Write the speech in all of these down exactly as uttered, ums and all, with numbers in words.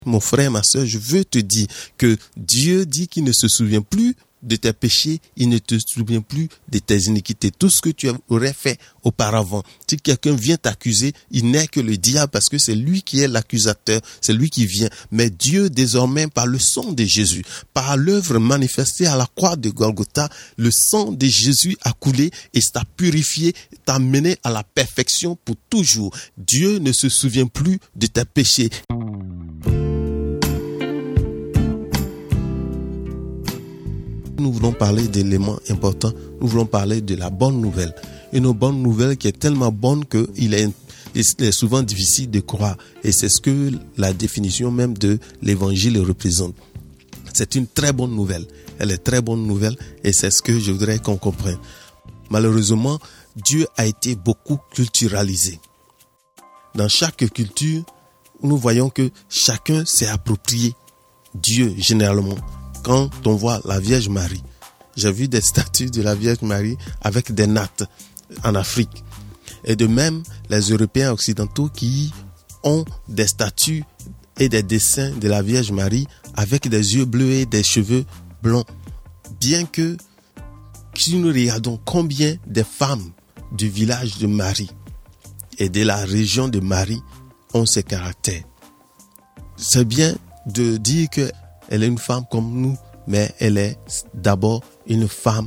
Mon frère, ma soeur, je veux te dire que Dieu dit qu'il ne se souvient plus de tes péchés, il ne te souvient plus de tes iniquités, tout ce que tu aurais fait auparavant. Si quelqu'un vient t'accuser, il n'est que le diable parce que c'est lui qui est l'accusateur, c'est lui qui vient. Mais Dieu, désormais, par le sang de Jésus, par l'œuvre manifestée à la croix de Golgotha, le sang de Jésus a coulé et t'a purifié, t'a mené à la perfection pour toujours. Dieu ne se souvient plus de tes péchés. Nous voulons parler d'éléments importants, nous voulons parler de la bonne nouvelle. Une bonne nouvelle qui est tellement bonne qu'il est, il est souvent difficile de croire. Et c'est ce que la définition même de l'évangile représente. C'est une très bonne nouvelle. Elle est très bonne nouvelle et c'est ce que je voudrais qu'on comprenne. Malheureusement, Dieu a été beaucoup culturalisé. Dans chaque culture, nous voyons que chacun s'est approprié Dieu généralement. Quand on voit la Vierge Marie, j'ai vu des statues de la Vierge Marie avec des nattes en Afrique. Et de même, les Européens occidentaux qui ont des statues et des dessins de la Vierge Marie avec des yeux bleus et des cheveux blonds. Bien que, si nous regardons combien des femmes du village de Marie et de la région de Marie ont ces caractères. C'est bien de dire que elle est une femme comme nous, mais elle est d'abord une femme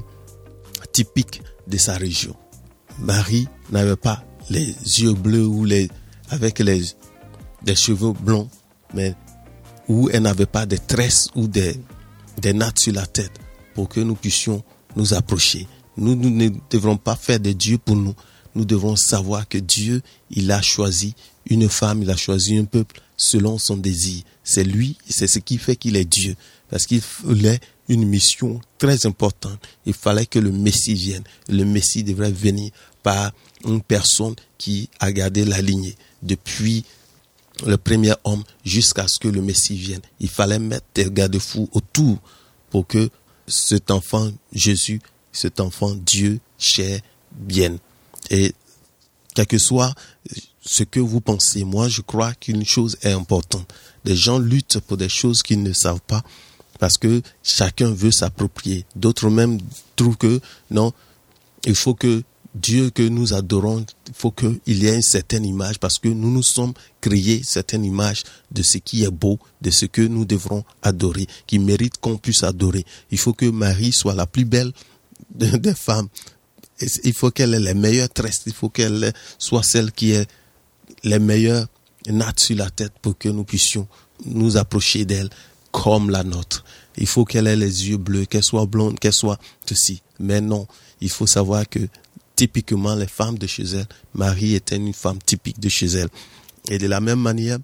typique de sa région. Marie n'avait pas les yeux bleus ou les, avec les, des cheveux blonds, mais où elle n'avait pas de tresses ou des, des nattes sur la tête pour que nous puissions nous approcher. Nous, nous ne devrons pas faire de Dieu pour nous. Nous devons savoir que Dieu, il a choisi une femme, il a choisi un peuple selon son désir. C'est lui, c'est ce qui fait qu'il est Dieu. Parce qu'il fallait une mission très importante. Il fallait que le Messie vienne. Le Messie devrait venir par une personne qui a gardé la lignée depuis le premier homme jusqu'à ce que le Messie vienne. Il fallait mettre des garde-fous autour pour que cet enfant Jésus, cet enfant Dieu cher vienne. Et quel que soit ce que vous pensez, moi je crois qu'une chose est importante. Des gens luttent pour des choses qu'ils ne savent pas parce que chacun veut s'approprier. D'autres même trouvent que non, il faut que Dieu que nous adorons, il faut qu'il y ait une certaine image parce que nous nous sommes créés certaine image de ce qui est beau, de ce que nous devrons adorer, qui mérite qu'on puisse adorer. Il faut que Marie soit la plus belle des femmes. Il faut qu'elle ait les meilleures tresses, il faut qu'elle soit celle qui ait les meilleures nattes sur la tête pour que nous puissions nous approcher d'elle comme la nôtre. Il faut qu'elle ait les yeux bleus, qu'elle soit blonde, qu'elle soit ceci. Mais non, il faut savoir que typiquement les femmes de chez elle, Marie était une femme typique de chez elle. Et de la même manière,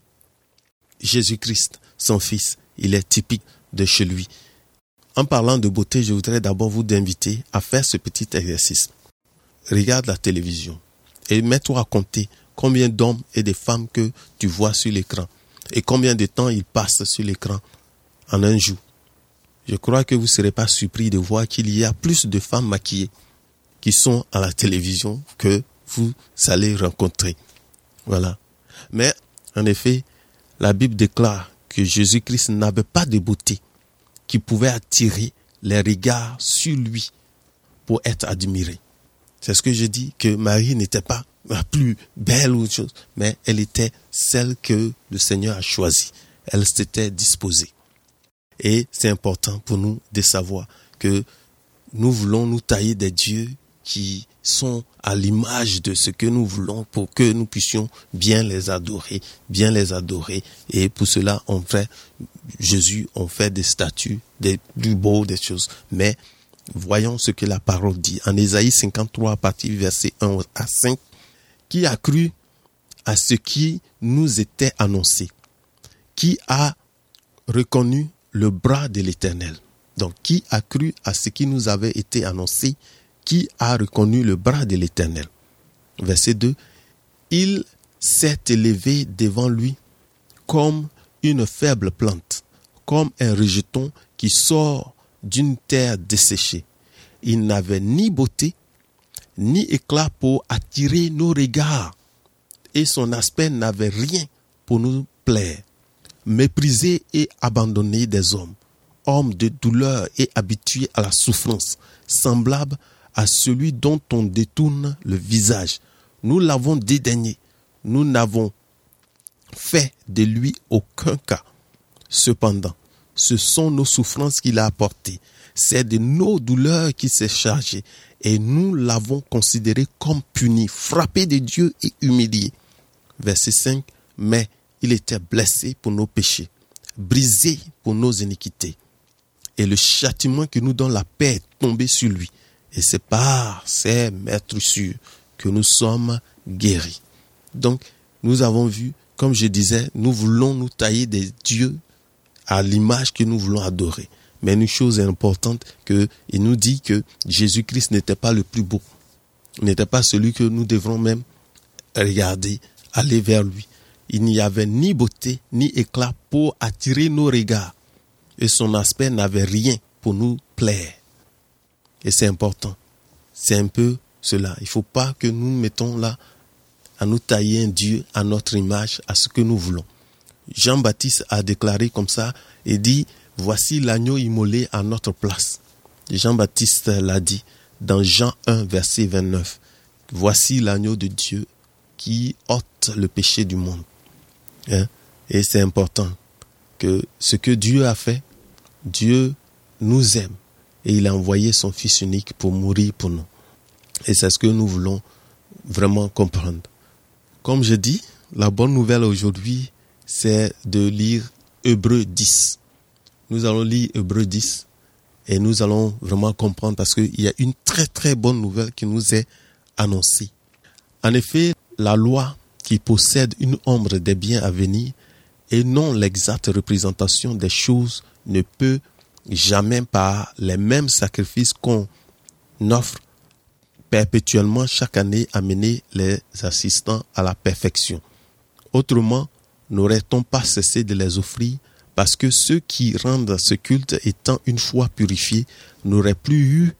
Jésus-Christ, son fils, il est typique de chez lui. En parlant de beauté, je voudrais d'abord vous inviter à faire ce petit exercice. Regarde la télévision et mets-toi à compter combien d'hommes et de femmes que tu vois sur l'écran et combien de temps ils passent sur l'écran en un jour. Je crois que vous ne serez pas surpris de voir qu'il y a plus de femmes maquillées qui sont à la télévision que vous allez rencontrer. Voilà. Mais en effet, la Bible déclare que Jésus-Christ n'avait pas de beauté qui pouvait attirer les regards sur lui pour être admiré. C'est ce que je dis, que Marie n'était pas la plus belle ou autre chose, mais elle était celle que le Seigneur a choisie. Elle s'était disposée. Et c'est important pour nous de savoir que nous voulons nous tailler des dieux qui sont à l'image de ce que nous voulons pour que nous puissions bien les adorer, bien les adorer. Et pour cela, on fait Jésus, on fait des statues, des plus beaux, des choses. Mais voyons ce que la parole dit. En Ésaïe cinquante-trois, à partir du verset un à cinq, qui a cru à ce qui nous était annoncé, qui a reconnu le bras de l'Éternel. Donc, qui a cru à ce qui nous avait été annoncé, qui a reconnu le bras de l'Éternel. Verset deux, il s'est élevé devant lui comme une faible plante, comme un rejeton qui sort d'une terre desséchée. Il n'avait ni beauté, ni éclat pour attirer nos regards, et son aspect n'avait rien pour nous plaire. méprisé et abandonné des hommes, homme de douleur et habitué à la souffrance, semblable à celui dont on détourne le visage. Nous l'avons dédaigné, nous n'avons fait de lui aucun cas. Cependant, ce sont nos souffrances qu'il a apportées, c'est de nos douleurs qu'il s'est chargé, et nous l'avons considéré comme puni, frappé de Dieu et humilié. Verset cinq, mais il était blessé pour nos péchés, brisé pour nos iniquités. Et le châtiment qui nous donne la paix est tombé sur lui. Et c'est par ces meurtrissures que nous sommes guéris. Donc, nous avons vu, comme je disais, nous voulons nous tailler des dieux à l'image que nous voulons adorer. Mais une chose importante, que il nous dit que Jésus-Christ n'était pas le plus beau. Il n'était pas celui que nous devrons même regarder, aller vers lui. Il n'y avait ni beauté, ni éclat pour attirer nos regards. Et son aspect n'avait rien pour nous plaire. Et c'est important. C'est un peu cela. Il ne faut pas que nous mettons là à nous tailler un Dieu à notre image, à ce que nous voulons. Jean-Baptiste a déclaré comme ça et dit, voici l'agneau immolé à notre place. Jean-Baptiste l'a dit dans Jean un, verset vingt-neuf. Voici l'agneau de Dieu qui ôte le péché du monde. Hein? Et c'est important que ce que Dieu a fait, Dieu nous aime et il a envoyé son Fils unique pour mourir pour nous. Et c'est ce que nous voulons vraiment comprendre. Comme je dis, la bonne nouvelle aujourd'hui, c'est de lire Hébreux dix. Nous allons lire Hébreux dix et nous allons vraiment comprendre parce qu'il y a une très très bonne nouvelle qui nous est annoncée. En effet, la loi qui possède une ombre des biens à venir et non l'exacte représentation des choses ne peut jamais par les mêmes sacrifices qu'on offre perpétuellement chaque année amener les assistants à la perfection. Autrement, n'aurait-on pas cessé de les offrir parce que ceux qui rendent ce culte étant une fois purifiés n'auraient plus eu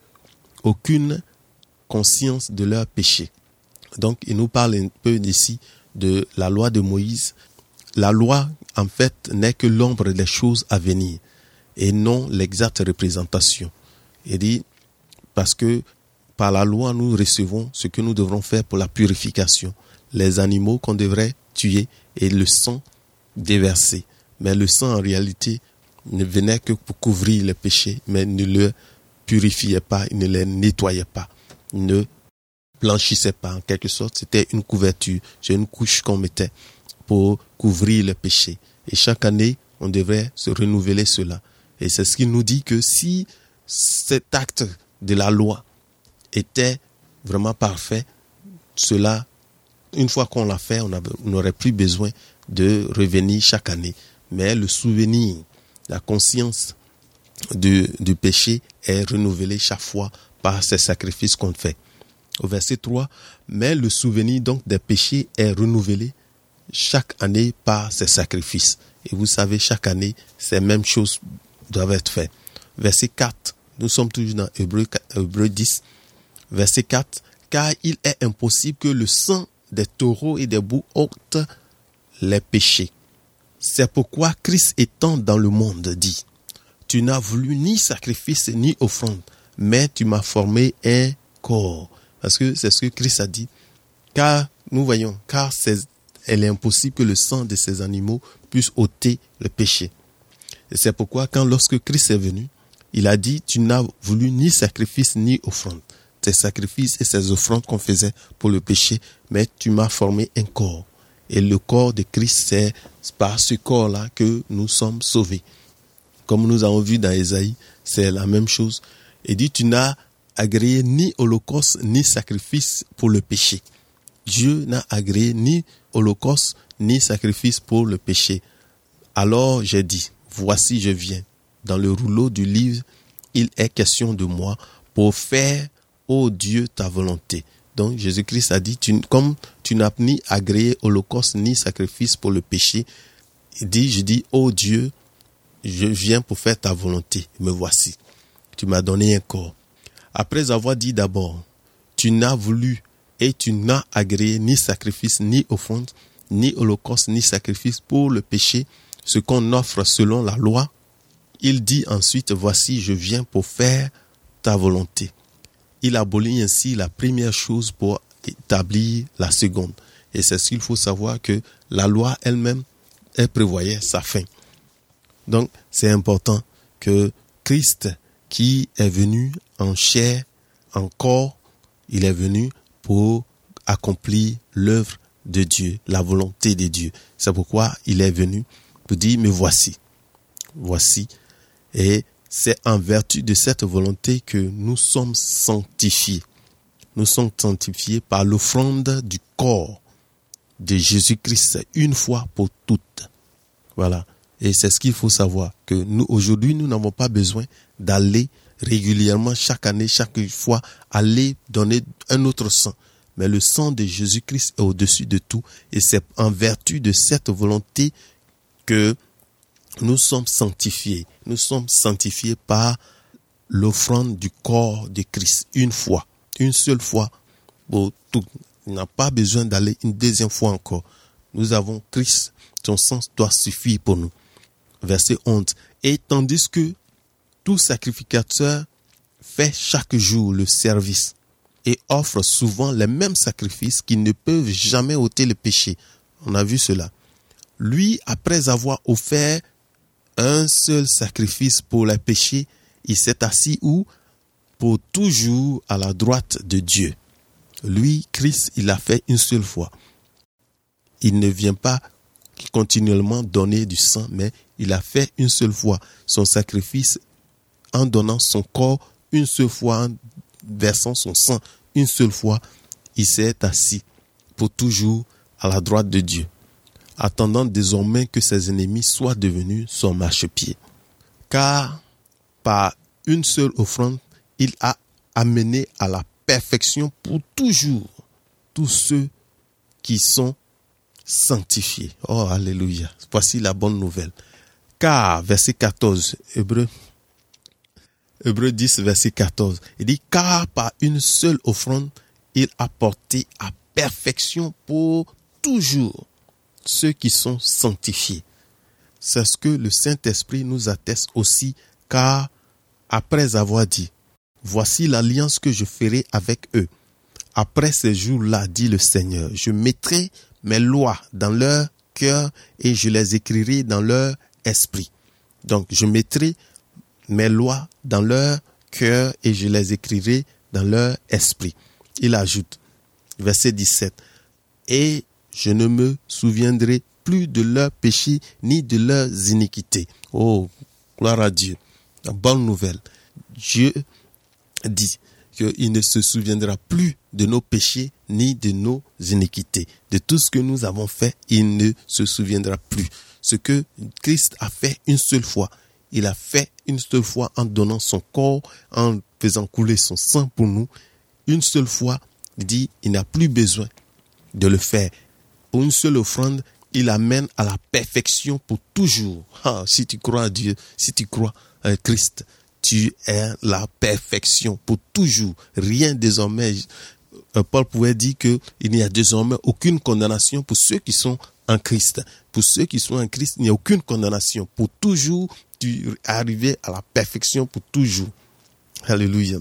aucune conscience de leur péché. Donc, il nous parle un peu ici de la loi de Moïse. La loi, en fait, n'est que l'ombre des choses à venir et non l'exacte représentation. Il dit, parce que par la loi, nous recevons ce que nous devrons faire pour la purification. Les animaux qu'on devrait tuer et le sang déversé. Mais le sang, en réalité, ne venait que pour couvrir les péchés, mais ne le purifiait pas, il ne les nettoyait pas, il ne blanchissait pas. En quelque sorte, c'était une couverture, c'est une couche qu'on mettait pour couvrir le péché. Et chaque année, on devrait se renouveler cela. Et c'est ce qui nous dit que si cet acte de la loi était vraiment parfait, cela, une fois qu'on l'a fait, on n'aurait plus besoin de revenir chaque année. Mais le souvenir, la conscience du, du péché est renouvelée chaque fois par ces sacrifices qu'on fait. Au verset trois, mais le souvenir donc des péchés est renouvelé chaque année par ces sacrifices. Et vous savez, chaque année, ces mêmes choses doivent être faites. Verset quatre, nous sommes toujours dans Hébreux, Hébreux dix, verset quatre, car il est impossible que le sang des taureaux et des boucs ôte les péchés. C'est pourquoi Christ étant dans le monde dit, tu n'as voulu ni sacrifice ni offrande, mais tu m'as formé un corps. Parce que c'est ce que Christ a dit. Car, nous voyons, car c'est, elle est impossible que le sang de ces animaux puisse ôter le péché. Et c'est pourquoi quand lorsque Christ est venu, il a dit, tu n'as voulu ni sacrifice ni offrande. Ces sacrifices et ces offrandes qu'on faisait pour le péché, mais tu m'as formé un corps. Et le corps de Christ, c'est par ce corps-là que nous sommes sauvés. Comme nous avons vu dans Ésaïe, c'est la même chose. Il dit, tu n'as agréé ni holocauste ni sacrifice pour le péché. Dieu n'a agréé ni holocauste ni sacrifice pour le péché. Alors j'ai dit, voici je viens. Dans le rouleau du livre, il est question de moi pour faire, ô Dieu, ta volonté. Donc Jésus-Christ a dit, tu, comme tu n'as ni agréé holocauste ni sacrifice pour le péché, il dit, je dis, ô Dieu, je viens pour faire ta volonté. Me voici. Tu m'as donné un corps. Après avoir dit d'abord, tu n'as voulu et tu n'as agréé ni sacrifice, ni offrande, ni holocauste, ni sacrifice pour le péché, ce qu'on offre selon la loi, il dit ensuite, voici, je viens pour faire ta volonté. Il abolit ainsi la première chose pour établir la seconde. Et c'est ce qu'il faut savoir, que la loi elle-même, elle prévoyait sa fin. Donc, c'est important que Christ, qui est venu en chair, en corps, il est venu pour accomplir l'œuvre de Dieu, la volonté de Dieu. C'est pourquoi il est venu pour dire, me voici. Voici. Et c'est en vertu de cette volonté que nous sommes sanctifiés. Nous sommes sanctifiés par l'offrande du corps de Jésus-Christ, une fois pour toutes. Voilà. Et c'est ce qu'il faut savoir, que nous, aujourd'hui, nous n'avons pas besoin d'aller régulièrement, chaque année, chaque fois, aller donner un autre sang. Mais le sang de Jésus-Christ est au-dessus de tout. Et c'est en vertu de cette volonté que nous sommes sanctifiés. Nous sommes sanctifiés par l'offrande du corps de Christ, une fois, une seule fois pour tout. On n'a pas besoin d'aller une deuxième fois encore. Nous avons Christ, son sang doit suffire pour nous. Verset onze. Et tandis que tout sacrificateur fait chaque jour le service et offre souvent les mêmes sacrifices qui ne peuvent jamais ôter le péché. On a vu cela. Lui, après avoir offert un seul sacrifice pour les péchés, il s'est assis où? Pour toujours à la droite de Dieu. Lui, Christ, il l'a fait une seule fois. Il ne vient pas continuellement donner du sang, mais il a fait une seule fois son sacrifice en donnant son corps une seule fois, en versant son sang une seule fois. Il s'est assis pour toujours à la droite de Dieu, attendant désormais que ses ennemis soient devenus son marchepied. Car par une seule offrande, il a amené à la perfection pour toujours tous ceux qui sont sanctifiés. Oh, alléluia. Voici la bonne nouvelle. Car, verset quatorze, Hébreux, Hébreux dix, verset quatorze, il dit, car par une seule offrande, il a porté à perfection pour toujours ceux qui sont sanctifiés. C'est ce que le Saint-Esprit nous atteste aussi, car après avoir dit, voici l'alliance que je ferai avec eux. Après ces jours-là, dit le Seigneur, je mettrai mes lois dans leur cœur et je les écrirai dans leur esprit. Donc, je mettrai mes lois dans leur cœur et je les écrirai dans leur esprit. Il ajoute, verset dix-sept, et je ne me souviendrai plus de leurs péchés ni de leurs iniquités. Oh, gloire à Dieu. La bonne nouvelle. Dieu dit qu'il ne se souviendra plus de nos péchés ni de nos iniquités. De tout ce que nous avons fait, il ne se souviendra plus. Ce que Christ a fait une seule fois, il a fait une seule fois en donnant son corps, en faisant couler son sang pour nous. Une seule fois, il dit, il n'a plus besoin de le faire. Pour une seule offrande, il amène à la perfection pour toujours. Ah, si tu crois à Dieu, si tu crois à Christ, tu es la perfection pour toujours. Rien désormais. Paul pouvait dire qu'il n'y a désormais aucune condamnation pour ceux qui sont en Christ. Pour ceux qui sont en Christ, il n'y a aucune condamnation. Pour toujours, tu es arrivé à la perfection pour toujours. Alléluia.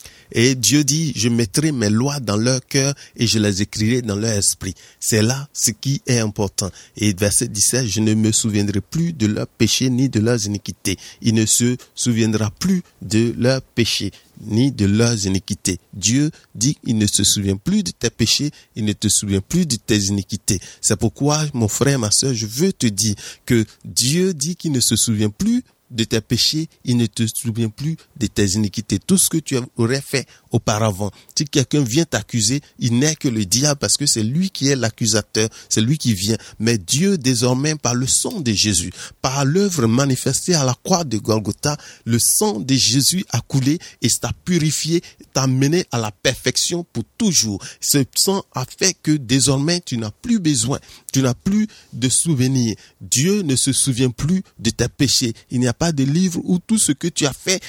Et Dieu dit, je mettrai mes lois dans leur cœur et je les écrirai dans leur esprit. C'est là ce qui est important. Et verset dix-sept, je ne me souviendrai plus de leurs péchés ni de leurs iniquités. Il ne se souviendra plus de leurs péchés ni de leurs iniquités. Dieu dit, il ne se souvient plus de tes péchés, il ne te souvient plus de tes iniquités. C'est pourquoi, mon frère, ma soeur, je veux te dire que Dieu dit qu'il ne se souvient plus de tes péchés, il ne te souvient plus de tes iniquités. Tout ce que tu aurais fait auparavant. Si quelqu'un vient t'accuser, il n'est que le diable parce que c'est lui qui est l'accusateur, c'est lui qui vient. Mais Dieu, désormais, par le sang de Jésus, par l'œuvre manifestée à la croix de Golgotha, le sang de Jésus a coulé et t'a purifié, t'a mené à la perfection pour toujours. Ce sang a fait que désormais, tu n'as plus besoin, tu n'as plus de souvenirs. Dieu ne se souvient plus de tes péchés. Il n'y a pas de livre où tout ce que tu as fait,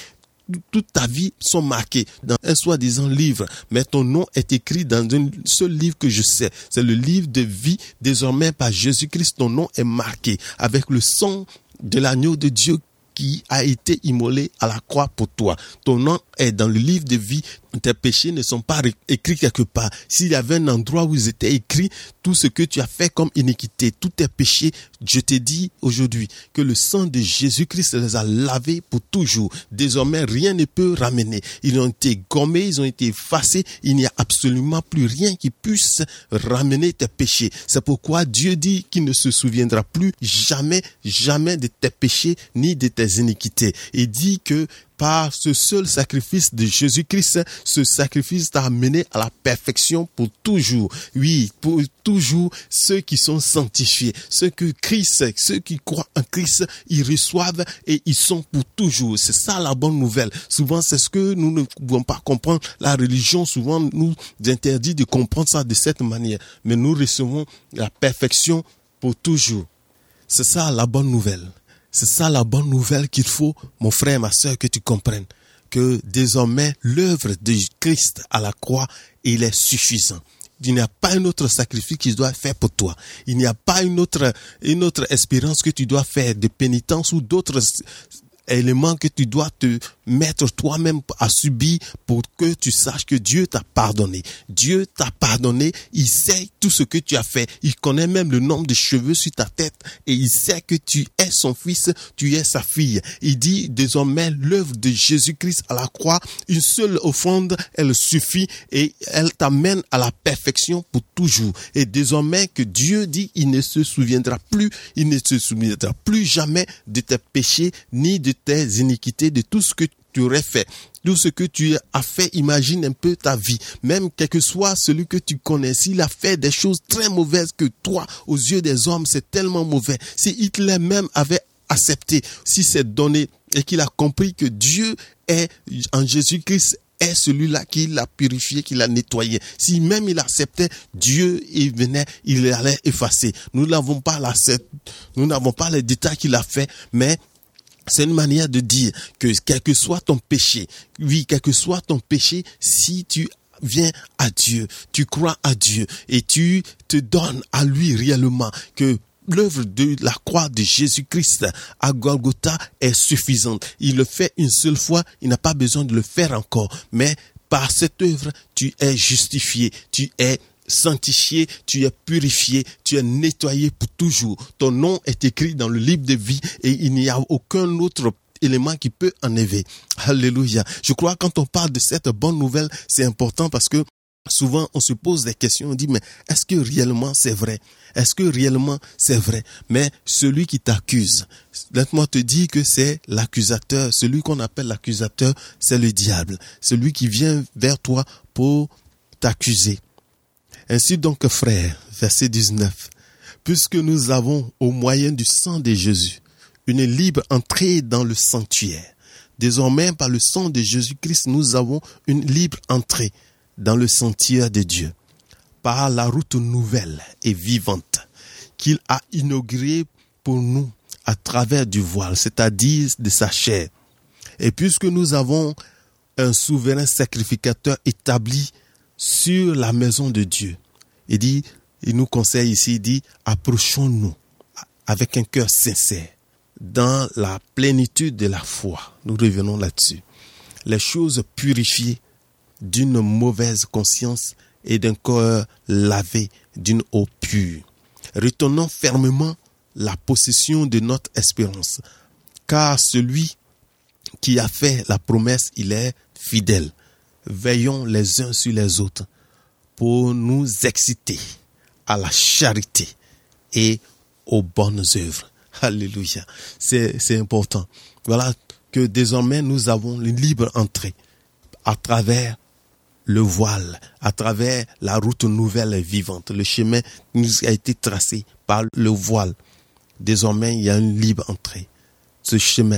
toute ta vie sont marqués dans un soi-disant livre, mais ton nom est écrit dans un seul livre que je sais. C'est le livre de vie. Désormais, par Jésus-Christ, ton nom est marqué avec le sang de l'agneau de Dieu qui a été immolé à la croix pour toi. Ton nom est dans le livre de vie. Tes péchés ne sont pas écrits quelque part. S'il y avait un endroit où ils étaient écrits, tout ce que tu as fait comme iniquité, tous tes péchés, je te dis aujourd'hui que le sang de Jésus-Christ les a lavés pour toujours. Désormais, rien ne peut ramener. Ils ont été gommés, ils ont été effacés. Il n'y a absolument plus rien qui puisse ramener tes péchés. C'est pourquoi Dieu dit qu'il ne se souviendra plus jamais, jamais de tes péchés ni de tes iniquités. Il dit que par ce seul sacrifice de Jésus-Christ, ce sacrifice t'a amené à la perfection pour toujours. Oui, pour toujours, ceux qui sont sanctifiés, ceux que Christ, ceux qui croient en Christ, ils reçoivent et ils sont pour toujours. C'est ça la bonne nouvelle. Souvent, c'est ce que nous ne pouvons pas comprendre. La religion, souvent, nous interdit de comprendre ça de cette manière. Mais nous recevons la perfection pour toujours. C'est ça la bonne nouvelle. C'est ça la bonne nouvelle qu'il faut, mon frère, ma sœur, que tu comprennes. Que désormais, l'œuvre de Christ à la croix, il est suffisant. Il n'y a pas un autre sacrifice qu'il doit faire pour toi. Il n'y a pas une autre, une autre espérance que tu dois faire de pénitence ou d'autres éléments que tu dois te mettre toi-même à subir pour que tu saches que Dieu t'a pardonné. Dieu t'a pardonné, il sait tout ce que tu as fait. Il connaît même le nombre de cheveux sur ta tête et il sait que tu es son fils, tu es sa fille. Il dit désormais l'œuvre de Jésus-Christ à la croix, une seule offrande, elle suffit et elle t'amène à la perfection pour toujours. Et désormais que Dieu dit, il ne se souviendra plus, il ne se souviendra plus jamais de tes péchés ni de tes iniquités, de tout ce que tu aurais fait. Tout ce que tu as fait, imagine un peu ta vie. Même quel que soit celui que tu connais, s'il a fait des choses très mauvaises que toi, aux yeux des hommes, c'est tellement mauvais. Si Hitler même avait accepté, si c'est donné et qu'il a compris que Dieu est en Jésus-Christ, est celui-là qui l'a purifié, qui l'a nettoyé. Si même il acceptait, Dieu, il venait, il allait effacer. Nous n'avons pas la, nous n'avons pas les détails qu'il a fait, mais c'est une manière de dire que quel que soit ton péché, oui, quel que soit ton péché, si tu viens à Dieu, tu crois à Dieu et tu te donnes à lui réellement, que l'œuvre de la croix de Jésus-Christ à Golgotha est suffisante. Il le fait une seule fois, il n'a pas besoin de le faire encore. Mais par cette œuvre, tu es justifié, tu es sanctifié, tu es purifié, tu es nettoyé pour toujours. Ton nom est écrit dans le livre de vie et il n'y a aucun autre élément qui peut enlever. Alléluia. Je crois que quand on parle de cette bonne nouvelle, c'est important parce que souvent on se pose des questions, on dit mais est-ce que réellement c'est vrai? Est-ce que réellement c'est vrai? Mais celui qui t'accuse, laisse-moi te dire que c'est l'accusateur. Celui qu'on appelle l'accusateur, c'est le diable. Celui qui vient vers toi pour t'accuser. Ainsi donc, frères, verset dix-neuf, puisque nous avons, au moyen du sang de Jésus, une libre entrée dans le sanctuaire. Désormais, par le sang de Jésus-Christ, nous avons une libre entrée dans le sanctuaire de Dieu, par la route nouvelle et vivante qu'il a inaugurée pour nous à travers du voile, c'est-à-dire de sa chair. Et puisque nous avons un souverain sacrificateur établi sur la maison de Dieu, il dit, il nous conseille ici, il dit, approchons-nous avec un cœur sincère, dans la plénitude de la foi. Nous revenons là-dessus. Les choses purifiées d'une mauvaise conscience et d'un corps lavé d'une eau pure. Retenons fermement la possession de notre espérance, car celui qui a fait la promesse, il est fidèle. Veillons les uns sur les autres pour nous exciter à la charité et aux bonnes œuvres. Alléluia. C'est, c'est important. Voilà que désormais nous avons une libre entrée à travers le voile, à travers la route nouvelle et vivante. Le chemin nous a été tracé par le voile. Désormais, il y a une libre entrée. Ce chemin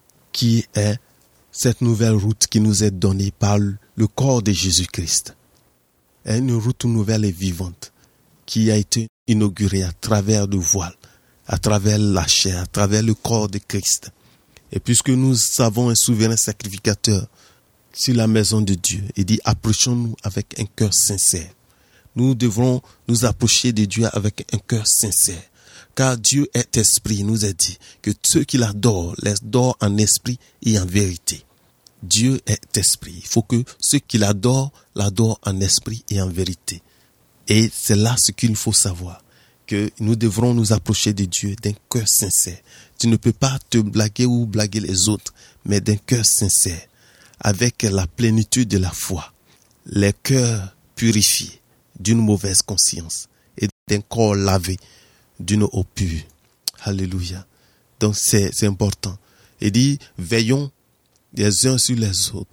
qui est cette nouvelle route qui nous est donnée par le corps de Jésus-Christ. Est une route nouvelle et vivante qui a été inaugurée à travers le voile, à travers la chair, à travers le corps de Christ, Et puisque nous avons un souverain sacrificateur sur la maison de Dieu, il dit, approchons-nous avec un cœur sincère. Nous devrons nous approcher de Dieu avec un cœur sincère. Car Dieu est esprit, il nous a dit que ceux qui l'adorent, l'adorent en esprit et en vérité. Dieu est esprit. Il faut que ceux qui l'adorent, l'adorent en esprit et en vérité. Et c'est là ce qu'il faut savoir, que nous devrons nous approcher de Dieu d'un cœur sincère. Tu ne peux pas te blaguer ou blaguer les autres, mais d'un cœur sincère, avec la plénitude de la foi, les cœurs purifiés d'une mauvaise conscience et d'un corps lavé d'une eau pure. Alléluia. Donc c'est, c'est important. Il dit, veillons les uns sur les autres,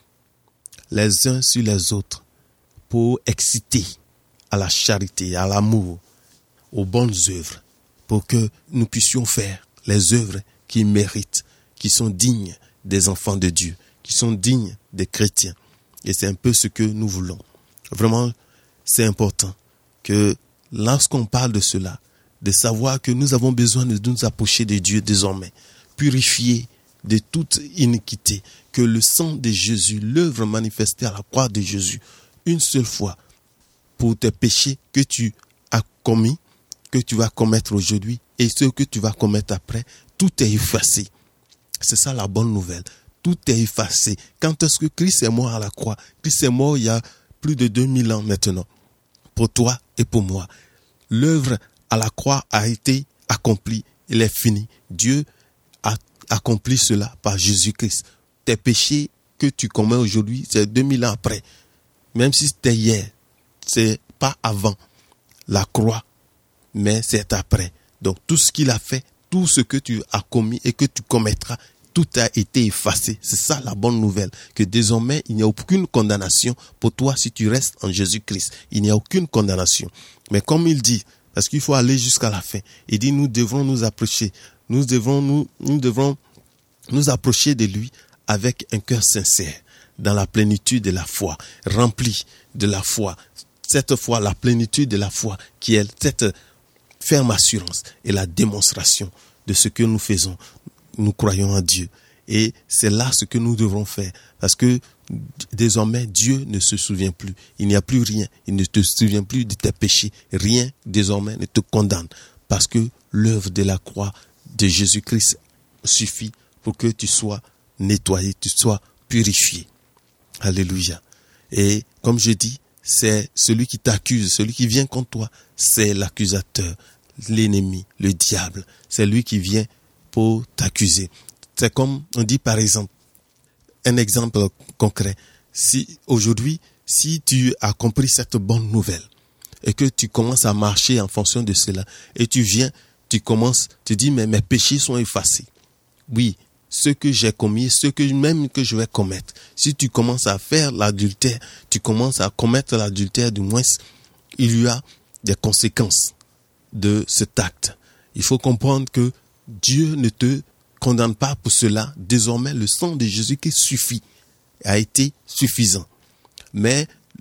les uns sur les autres, pour exciter à la charité, à l'amour, aux bonnes œuvres, pour que nous puissions faire les œuvres qui méritent, qui sont dignes des enfants de Dieu, qui sont dignes des chrétiens. Et c'est un peu ce que nous voulons. Vraiment, c'est important que lorsqu'on parle de cela, de savoir que nous avons besoin de nous approcher de Dieu désormais, purifiés de toute iniquité, que le sang de Jésus, l'œuvre manifestée à la croix de Jésus, une seule fois, pour tes péchés que tu as commis, que tu vas commettre aujourd'hui et ceux que tu vas commettre après, tout est effacé. C'est ça la bonne nouvelle. Tout est effacé. Quand est-ce que Christ est mort à la croix? Christ est mort il y a plus de deux mille ans maintenant, pour toi et pour moi. L'œuvre à la croix a été accomplie, il est fini. Dieu a accompli cela par Jésus-Christ. Tes péchés que tu commets aujourd'hui, c'est deux mille ans après. Même si c'était hier, c'est pas avant la croix, mais c'est après. Donc tout ce qu'il a fait, tout ce que tu as commis et que tu commettras, tout a été effacé. C'est ça la bonne nouvelle, que désormais il n'y a aucune condamnation pour toi si tu restes en Jésus-Christ. Il n'y a aucune condamnation. Mais comme il dit, parce qu'il faut aller jusqu'à la fin, il dit nous devrons nous approcher, nous devons nous, nous devrons nous approcher de lui avec un cœur sincère, dans la plénitude de la foi, rempli de la foi. Cette foi, la plénitude de la foi, qui est cette ferme assurance et la démonstration de ce que nous faisons. Nous croyons en Dieu. Et c'est là ce que nous devrons faire. Parce que désormais, Dieu ne se souvient plus. Il n'y a plus rien. Il ne te souvient plus de tes péchés. Rien, désormais, ne te condamne. Parce que l'œuvre de la croix de Jésus-Christ suffit pour que tu sois nettoyé, tu sois purifié. Alléluia. Et comme je dis, c'est celui qui t'accuse, celui qui vient contre toi, c'est l'accusateur, l'ennemi, le diable. C'est lui qui vient pour t'accuser. C'est comme on dit par exemple, un exemple concret. Si aujourd'hui, si tu as compris cette bonne nouvelle et que tu commences à marcher en fonction de cela et tu viens, tu commences, tu dis mais mes péchés sont effacés. Oui, ce que j'ai commis, ce que même que je vais commettre. Si tu commences à faire l'adultère, tu commences à commettre l'adultère, du moins, il y a des conséquences de cet acte. Il faut comprendre que Dieu ne te condamne pas pour cela. Désormais, le sang de Jésus qui suffit, a été suffisant. Mais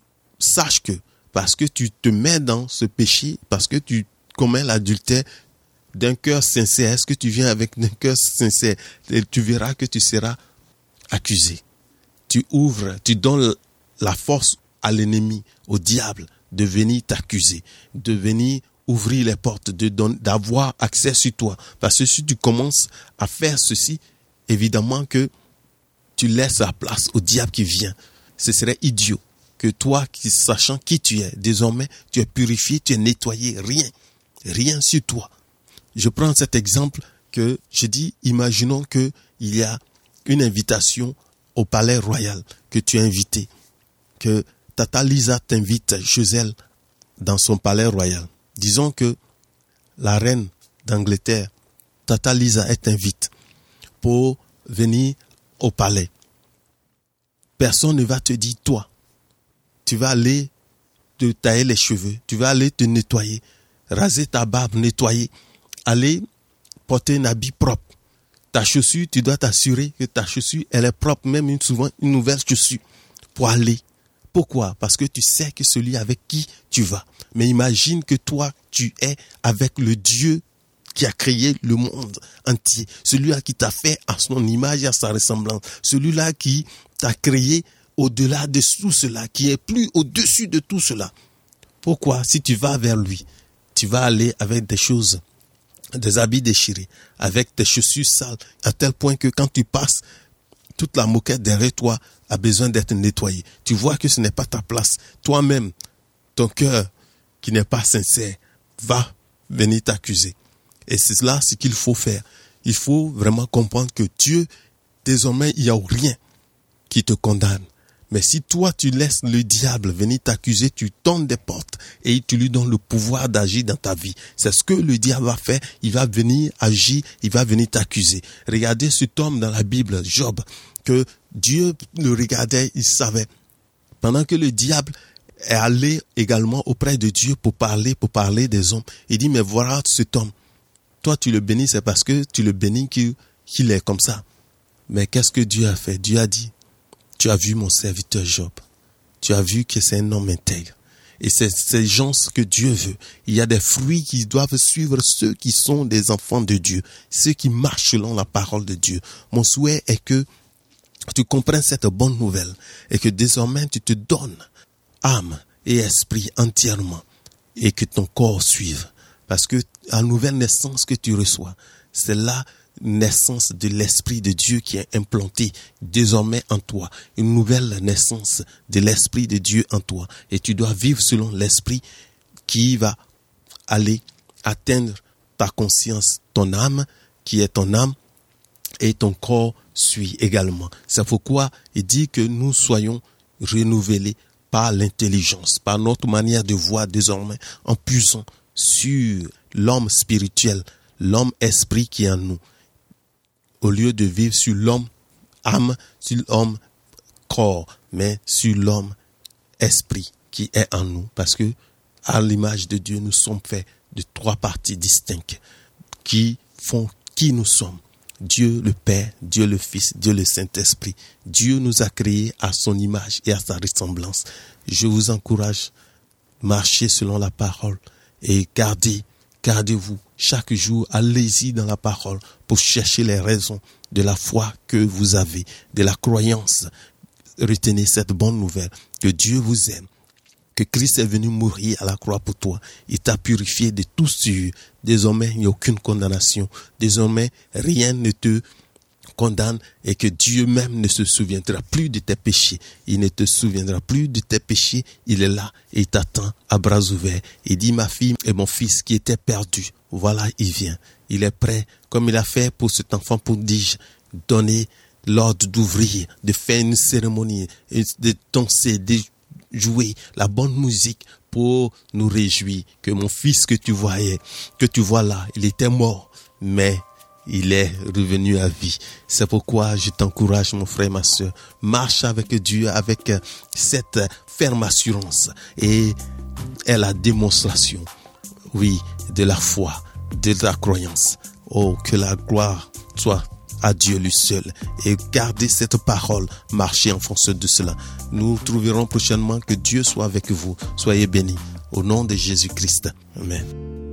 sache que parce que tu te mets dans ce péché, parce que tu commets l'adultère, d'un cœur sincère, est-ce que tu viens avec un cœur sincère? Et tu verras que tu seras accusé. Tu ouvres, tu donnes la force à l'ennemi, au diable, de venir t'accuser, de venir ouvrir les portes, de don- d'avoir accès sur toi. Parce que si tu commences à faire ceci, évidemment que tu laisses la place au diable qui vient. Ce serait idiot que toi, qui sachant qui tu es, désormais, tu es purifié, tu es nettoyé, rien, rien sur toi. Je prends cet exemple que je dis, imaginons qu'il y a une invitation au palais royal, que tu es invité, que Tata Lisa t'invite chez elle dans son palais royal. Disons que la reine d'Angleterre, Tata Lisa, elle t'invite pour venir au palais. Personne ne va te dire, toi, tu vas aller te tailler les cheveux, tu vas aller te nettoyer, raser ta barbe, nettoyer, aller porter un habit propre. Ta chaussure, tu dois t'assurer que ta chaussure, elle est propre, même une, souvent une nouvelle chaussure, pour aller. Pourquoi? Parce que tu sais que celui avec qui tu vas. Mais imagine que toi, tu es avec le Dieu qui a créé le monde entier, celui-là qui t'a fait à son image et à sa ressemblance, celui-là qui t'a créé au-delà de tout cela, qui est plus au-dessus de tout cela. Pourquoi, si tu vas vers lui, tu vas aller avec des choses, des habits déchirés, avec des chaussures sales, à tel point que quand tu passes, toute la moquette derrière toi a besoin d'être nettoyée. Tu vois que ce n'est pas ta place. Toi-même, ton cœur qui n'est pas sincère va venir t'accuser. Et c'est là ce qu'il faut faire. Il faut vraiment comprendre que Dieu, désormais, il n'y a rien qui te condamne. Mais si toi, tu laisses le diable venir t'accuser, tu tournes des portes et tu lui donnes le pouvoir d'agir dans ta vie. C'est ce que le diable va faire. Il va venir agir, il va venir t'accuser. Regardez cet homme dans la Bible, Job, que Dieu le regardait, il savait. Pendant que le diable est allé également auprès de Dieu pour parler, pour parler des hommes, il dit, mais voilà cet homme. Toi, tu le bénis, c'est parce que tu le bénis qu'il, qu'il est comme ça. Mais qu'est-ce que Dieu a fait? Dieu a dit, tu as vu mon serviteur Job. Tu as vu que c'est un homme intègre. Et c'est ces gens que Dieu veut. Il y a des fruits qui doivent suivre ceux qui sont des enfants de Dieu. Ceux qui marchent selon la parole de Dieu. Mon souhait est que tu comprennes cette bonne nouvelle. Et que désormais tu te donnes âme et esprit entièrement. Et que ton corps suive. Parce que la nouvelle naissance que tu reçois, c'est là naissance de l'Esprit de Dieu qui est implanté désormais en toi. Une nouvelle naissance de l'Esprit de Dieu en toi. Et tu dois vivre selon l'Esprit qui va aller atteindre ta conscience, ton âme, qui est ton âme, et ton corps suit également. C'est pourquoi il dit que nous soyons renouvelés par l'intelligence, par notre manière de voir désormais, en puisant sur l'homme spirituel, l'homme esprit qui est en nous. Au lieu de vivre sur l'homme âme, sur l'homme corps, mais sur l'homme esprit qui est en nous. Parce que à l'image de Dieu, nous sommes faits de trois parties distinctes qui font qui nous sommes. Dieu le Père, Dieu le Fils, Dieu le Saint-Esprit. Dieu nous a créés à son image et à sa ressemblance. Je vous encourage, marchez selon la parole et gardez, gardez-vous. Chaque jour, allez-y dans la parole pour chercher les raisons de la foi que vous avez, de la croyance. Retenez cette bonne nouvelle, que Dieu vous aime, que Christ est venu mourir à la croix pour toi. Il t'a purifié de tout sur. Désormais, il n'y a aucune condamnation. Désormais, rien ne te condamne et que Dieu même ne se souviendra plus de tes péchés. Il ne te souviendra plus de tes péchés. Il est là et il t'attend à bras ouverts. Il dit, ma fille et mon fils qui étaient perdus, voilà, il vient. Il est prêt, comme il a fait pour cet enfant prodige, donner l'ordre d'ouvrir, de faire une cérémonie, de danser, de jouer la bonne musique pour nous réjouir que mon fils que tu voyais, que tu vois là, il était mort, mais il est revenu à vie. C'est pourquoi je t'encourage, mon frère, ma soeur, marche avec Dieu avec cette ferme assurance et est la démonstration, oui, de la foi, de la croyance. Oh, que la gloire soit à Dieu lui seul et gardez cette parole, marchez en fonction de cela. Nous trouverons prochainement. Que Dieu soit avec vous. Soyez bénis au nom de Jésus-Christ. Amen.